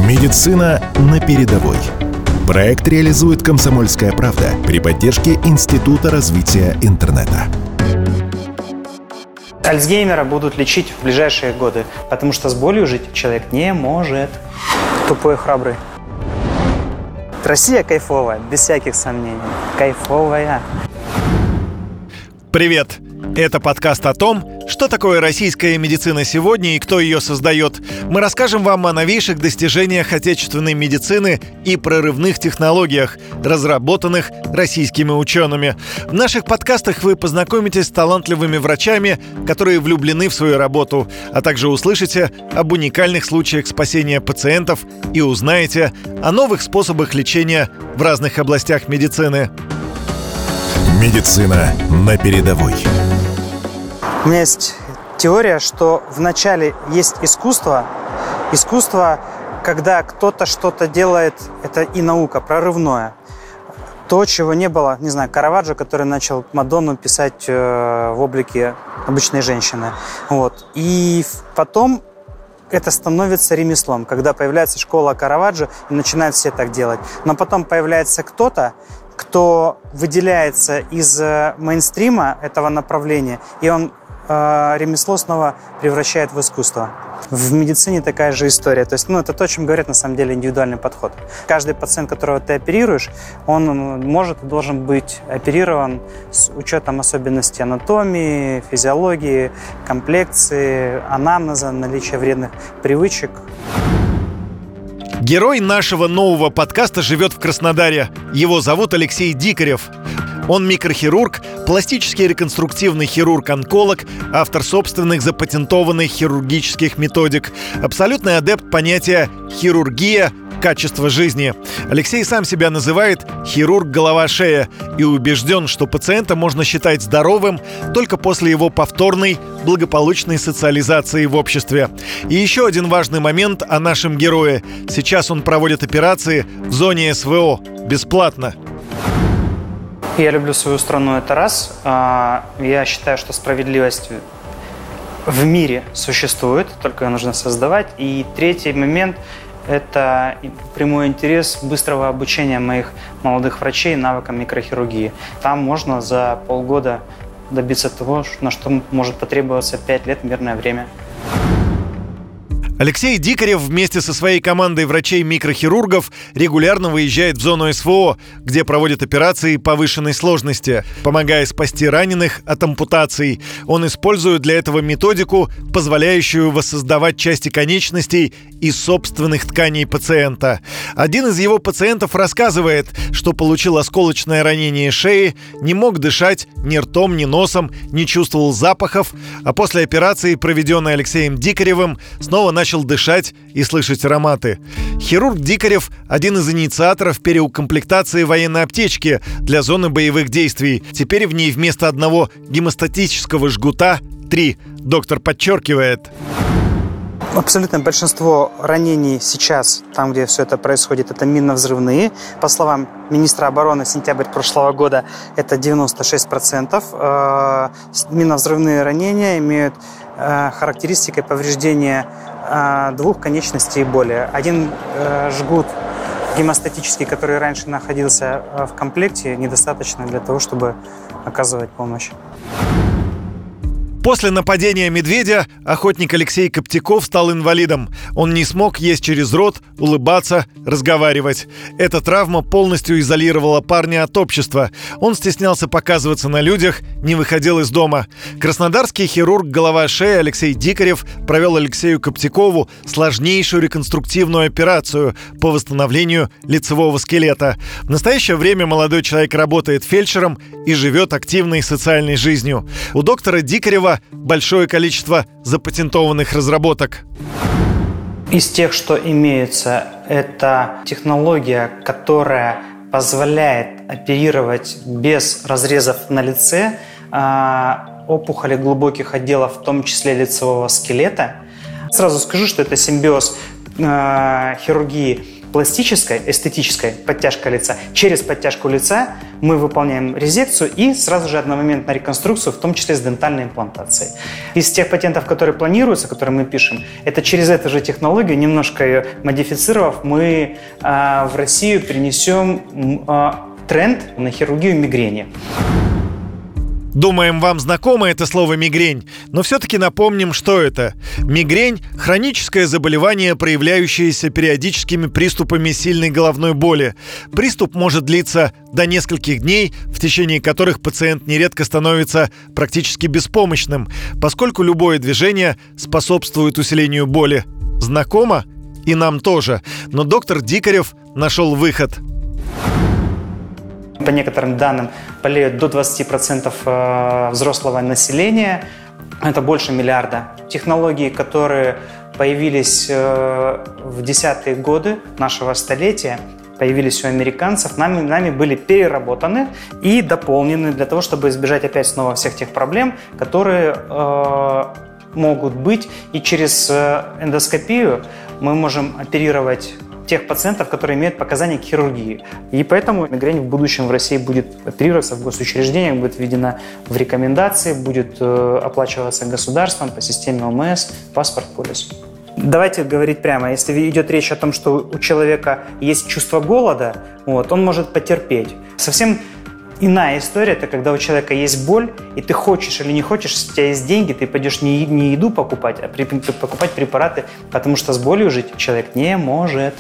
Медицина на передовой. Проект реализует «Комсомольская правда» при поддержке Института развития интернета. Альцгеймера будут лечить в ближайшие годы, потому что с болью жить человек не может. Тупой и храбрый. Россия кайфовая, без всяких сомнений. Кайфовая. Привет! Это подкаст о том, что такое российская медицина сегодня и кто ее создает. Мы расскажем вам о новейших достижениях отечественной медицины и прорывных технологиях, разработанных российскими учеными. В наших подкастах вы познакомитесь с талантливыми врачами, которые влюблены в свою работу, а также услышите об уникальных случаях спасения пациентов и узнаете о новых способах лечения в разных областях медицины. Медицина на передовой. У меня есть теория, что вначале есть искусство. Искусство, когда кто-то что-то делает, это и наука, прорывное. То, чего не было, не знаю, Караваджо, который начал Мадонну писать в облике обычной женщины. Вот. И потом это становится ремеслом, когда появляется школа Караваджо и начинают все так делать. Но потом появляется кто-то, кто выделяется из мейнстрима этого направления, и он ремесло снова превращает в искусство. В медицине такая же история. То есть, это то, о чем говорят на самом деле индивидуальный подход. Каждый пациент, которого ты оперируешь, он может и должен быть оперирован с учетом особенностей анатомии, физиологии, комплекции, анамнеза, наличия вредных привычек. Герой нашего нового подкаста живет в Краснодаре. Его зовут Алексей Дикарев. Он микрохирург, пластический реконструктивный хирург-онколог, автор собственных запатентованных хирургических методик, абсолютный адепт понятия «хирургия. Качество жизни». Алексей сам себя называет «хирург голова-шея» и убежден, что пациента можно считать здоровым только после его повторной благополучной социализации в обществе. И еще один важный момент о нашем герое. Сейчас он проводит операции в зоне СВО бесплатно. Я люблю свою страну, это раз. Я считаю, что справедливость в мире существует, только ее нужно создавать. И третий момент – это прямой интерес быстрого обучения моих молодых врачей навыкам микрохирургии. Там можно за полгода добиться того, на что может потребоваться 5 лет мирное время. Алексей Дикарев вместе со своей командой врачей-микрохирургов регулярно выезжает в зону СВО, где проводит операции повышенной сложности, помогая спасти раненых от ампутаций. Он использует для этого методику, позволяющую воссоздавать части конечностей из собственных тканей пациента. Один из его пациентов рассказывает, что получил осколочное ранение шеи, не мог дышать ни ртом, ни носом, не чувствовал запахов, а после операции, проведенной Алексеем Дикаревым, снова начал дышать и слышать ароматы. Хирург Дикарев – один из инициаторов переукомплектации военной аптечки для зоны боевых действий. Теперь в ней вместо одного гемостатического жгута 3. Доктор подчеркивает. Абсолютное большинство ранений сейчас, там, где все это происходит, это минно-взрывные. По словам министра обороны, сентябрь прошлого года это 96%. Минно-взрывные ранения имеют характеристикой повреждения 2 конечностей и более. Один жгут гемостатический, который раньше находился в комплекте, недостаточно для того, чтобы оказывать помощь. После нападения медведя охотник Алексей Коптяков стал инвалидом. Он не смог есть через рот, улыбаться, разговаривать. Эта травма полностью изолировала парня от общества. Он стеснялся показываться на людях, не выходил из дома. Краснодарский хирург голова-шея Алексей Дикарев провел Алексею Коптякову сложнейшую реконструктивную операцию по восстановлению лицевого скелета. В настоящее время молодой человек работает фельдшером и живет активной социальной жизнью. У доктора Дикарева большое количество запатентованных разработок. Из тех, что имеются, это технология, которая позволяет оперировать без разрезов на лице опухоли глубоких отделов, в том числе лицевого скелета. Сразу скажу, что это симбиоз хирургии пластической, эстетической подтяжкой лица. Через подтяжку лица мы выполняем резекцию и сразу же одномоментно реконструкцию, в том числе с дентальной имплантацией. Из тех патентов, которые планируются, которые мы пишем, это через эту же технологию, немножко ее модифицировав, мы в Россию принесем тренд на хирургию мигрени. Думаем, вам знакомо это слово «мигрень», но все-таки напомним, что это. Мигрень – хроническое заболевание, проявляющееся периодическими приступами сильной головной боли. Приступ может длиться до нескольких дней, в течение которых пациент нередко становится практически беспомощным, поскольку любое движение способствует усилению боли. Знакомо? И нам тоже. Но доктор Дикарев нашел выход. По некоторым данным, болеют до 20% взрослого населения. Это больше миллиарда. Технологии, которые появились в десятые годы нашего столетия, появились у американцев, нами были переработаны и дополнены для того, чтобы избежать опять снова всех тех проблем, которые могут быть. И через эндоскопию мы можем оперировать тех пациентов, которые имеют показания к хирургии. И поэтому мигрень в будущем в России будет оперироваться в госучреждениях, будет введена в рекомендации, будет оплачиваться государством по системе ОМС, паспорт-полис. Давайте говорить прямо. Если идет речь о том, что у человека есть чувство голода, он может потерпеть. Совсем иная история – это когда у человека есть боль, и ты хочешь или не хочешь, если у тебя есть деньги, ты пойдешь не еду покупать, а покупать препараты, потому что с болью жить человек не может.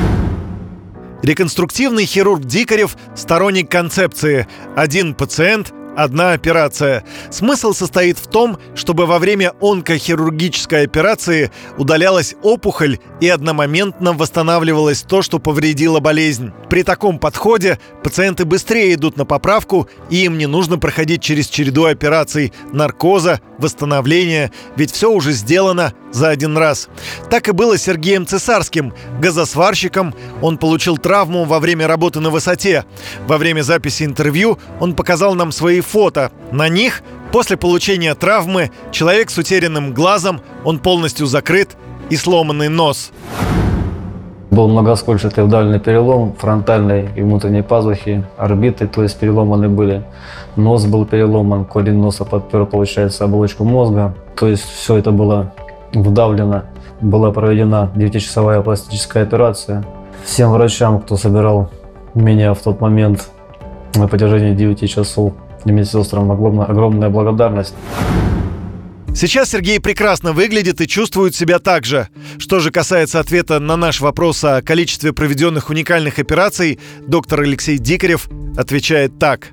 Реконструктивный хирург Дикарев – сторонник концепции «один пациент, одна операция». Смысл состоит в том, чтобы во время онкохирургической операции удалялась опухоль и одномоментно восстанавливалось то, что повредило болезнь. При таком подходе пациенты быстрее идут на поправку, и им не нужно проходить через череду операций, наркоза, восстановления, ведь все уже сделано за один раз. Так и было с Сергеем Цесарским, газосварщиком. Он получил травму во время работы на высоте. Во время записи интервью он показал нам свои фото. На них, после получения травмы, человек с утерянным глазом, он полностью закрыт и сломанный нос. Был многоскольчатый вдальный перелом фронтальной и внутренней пазухи, орбиты, то есть переломаны были. Нос был переломан, корень носа подпер, получается, оболочку мозга. То есть все это было вдавлено. Была проведена 9-часовая пластическая операция. Всем врачам, кто собирал меня в тот момент на протяжении 9 часов, и медсестрам огромная благодарность. Сейчас Сергей прекрасно выглядит и чувствует себя так же. Что же касается ответа на наш вопрос о количестве проведенных уникальных операций, доктор Алексей Дикарев отвечает так.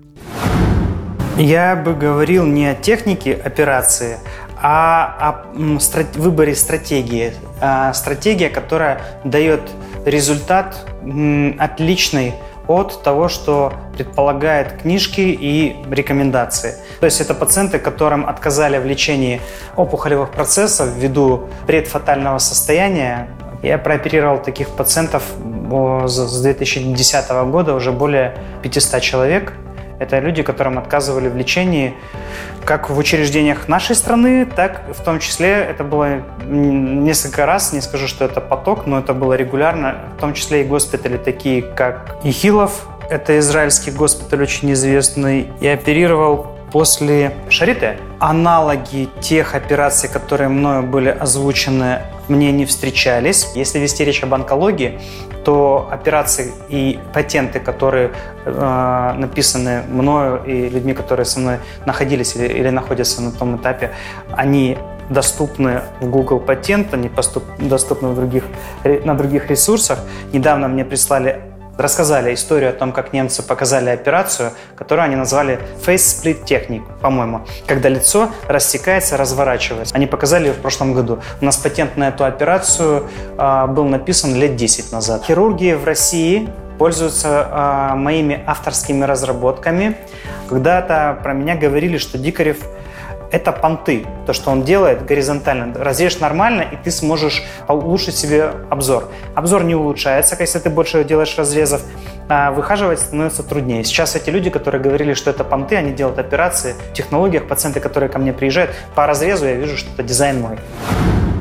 Я бы говорил не о технике операции, а о выборе стратегии. Стратегия, которая дает результат отличный от того, что предполагает книжки и рекомендации. То есть это пациенты, которым отказали в лечении опухолевых процессов ввиду предфатального состояния. Я прооперировал таких пациентов с 2010 года уже более 500 человек. Это люди, которым отказывали в лечении как в учреждениях нашей страны, так в том числе это было несколько раз, не скажу, что это поток, но это было регулярно, в том числе и госпитали такие, как Ихилов, это израильский госпиталь очень известный, и оперировал после Шарите. Аналоги тех операций, которые мною были озвучены, мне не встречались. Если вести речь об онкологии, то операции и патенты, которые написаны мною и людьми, которые со мной находились или находятся на том этапе, они доступны в Google Патент, они доступны на других ресурсах. Недавно мне рассказали историю о том, как немцы показали операцию, которую они назвали Face Split Technique, по-моему, когда лицо рассекается, разворачивается. Они показали ее в прошлом году. У нас патент на эту операцию был написан лет 10 назад. Хирурги в России пользуются моими авторскими разработками. Когда-то про меня говорили, что Дикарев – это понты. То, что он делает горизонтально. Разрежь нормально, и ты сможешь улучшить себе обзор. Обзор не улучшается, если ты больше делаешь разрезов. А выхаживать становится труднее. Сейчас эти люди, которые говорили, что это понты, они делают операции в технологиях. Пациенты, которые ко мне приезжают, по разрезу я вижу, что это дизайн мой.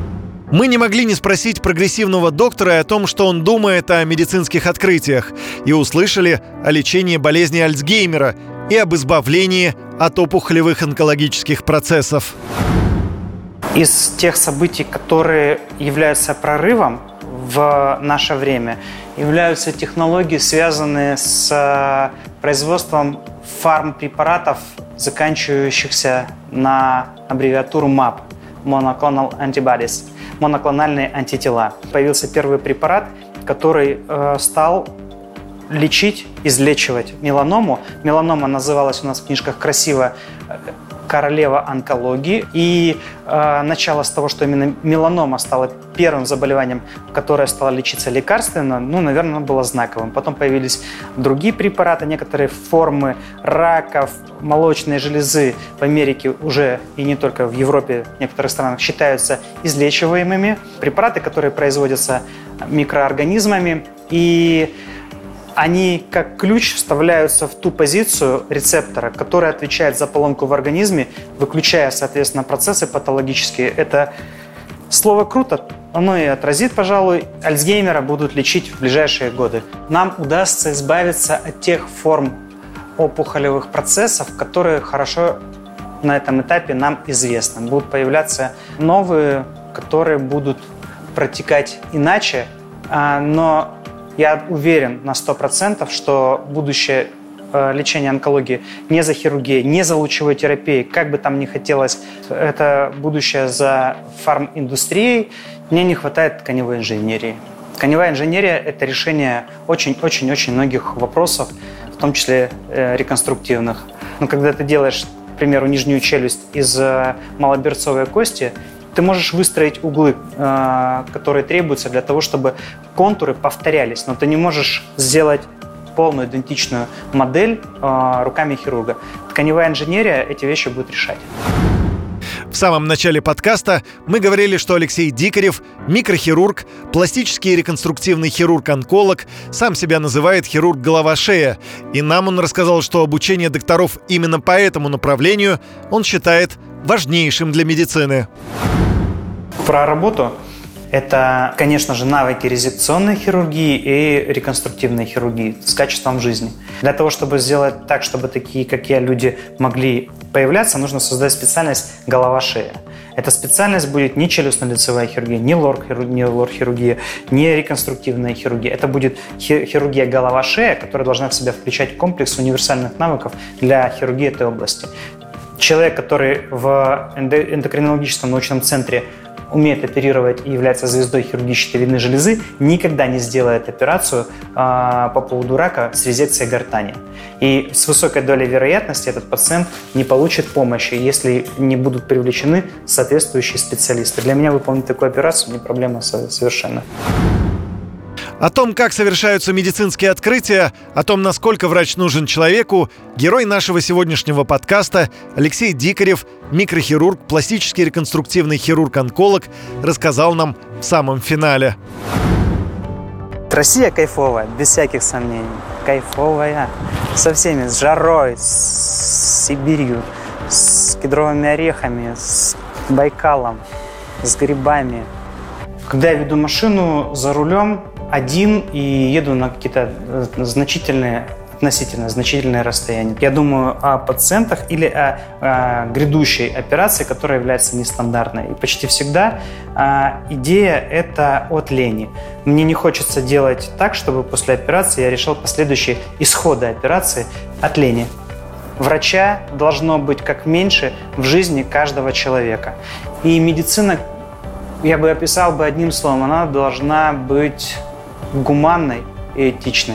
Мы не могли не спросить прогрессивного доктора о том, что он думает о медицинских открытиях, и услышали о лечении болезни Альцгеймера и об избавлении от опухолевых онкологических процессов. Из тех событий, которые являются прорывом в наше время, являются технологии, связанные с производством фармпрепаратов, заканчивающихся на аббревиатуру MAP – Monoclonal Antibodies, моноклональные антитела. Появился первый препарат, который стал лечить, излечивать меланому. Меланома называлась у нас в книжках красиво «Королева онкологии». И начало с того, что именно меланома стала первым заболеванием, которое стало лечиться лекарственно, наверное, оно было знаковым. Потом появились другие препараты, некоторые формы раков, молочной железы в Америке уже и не только в Европе, в некоторых странах считаются излечиваемыми. Препараты, которые производятся микроорганизмами, и они как ключ вставляются в ту позицию рецептора, которая отвечает за поломку в организме, выключая, соответственно, процессы патологические. Это слово «круто», оно и отразит, пожалуй, Альцгеймера будут лечить в ближайшие годы. Нам удастся избавиться от тех форм опухолевых процессов, которые хорошо на этом этапе нам известны. Будут появляться новые, которые будут протекать иначе, но я уверен на 100%, что будущее лечения онкологии не за хирургией, не за лучевой терапией, как бы там ни хотелось, это будущее за фарминдустрией. Мне не хватает тканевой инженерии. Тканевая инженерия – это решение очень-очень-очень многих вопросов, в том числе реконструктивных. Но когда ты делаешь, к примеру, нижнюю челюсть из малоберцовой кости, ты можешь выстроить углы, которые требуются для того, чтобы контуры повторялись, но ты не можешь сделать полную идентичную модель руками хирурга. Тканевая инженерия эти вещи будет решать. В самом начале подкаста мы говорили, что Алексей Дикарев – микрохирург, пластический и реконструктивный хирург-онколог, сам себя называет хирург-голова-шея. И нам он рассказал, что обучение докторов именно по этому направлению он считает важнейшим для медицины. Про работу. Это, конечно же, навыки резекционной хирургии и реконструктивной хирургии с качеством жизни. Для того, чтобы сделать так, чтобы такие, как я, люди могли появляться, нужно создать специальность голова-шея. Эта специальность будет не челюстно-лицевая хирургия, не лор-хирургия, не реконструктивная хирургия. Это будет хирургия голова-шея, которая должна в себя включать комплекс универсальных навыков для хирургии этой области. Человек, который в эндокринологическом научном центре умеет оперировать и является звездой хирургии щитовидной железы, никогда не сделает операцию по поводу рака с резекцией гортани. И с высокой долей вероятности этот пациент не получит помощи, если не будут привлечены соответствующие специалисты. Для меня выполнить такую операцию не проблема совершенно. О том, как совершаются медицинские открытия, о том, насколько врач нужен человеку, герой нашего сегодняшнего подкаста Алексей Дикарев, микрохирург, пластический реконструктивный хирург-онколог, рассказал нам в самом финале. Россия кайфовая, без всяких сомнений. Кайфовая. Со всеми, с жарой, с Сибирью, с кедровыми орехами, с Байкалом, с грибами. Когда я веду машину за рулем, один и еду на какие-то относительно значительные расстояния. Я думаю о пациентах или о грядущей операции, которая является нестандартной. И почти всегда идея – это от лени. Мне не хочется делать так, чтобы после операции я решал последующие исходы операции от лени. Врача должно быть как меньше в жизни каждого человека. И медицина, я бы описал одним словом, она должна быть гуманной и этичной.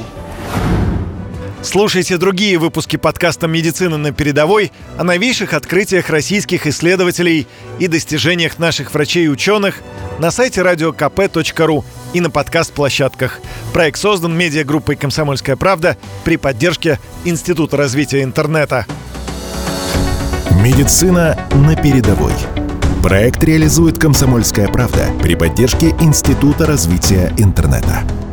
Слушайте другие выпуски подкаста «Медицина на передовой» о новейших открытиях российских исследователей и достижениях наших врачей и ученых на сайте radiokp.ru и на подкаст-площадках. Проект создан медиагруппой «Комсомольская правда» при поддержке Института развития интернета. Медицина на передовой. Проект реализует «Комсомольская правда» при поддержке Института развития интернета.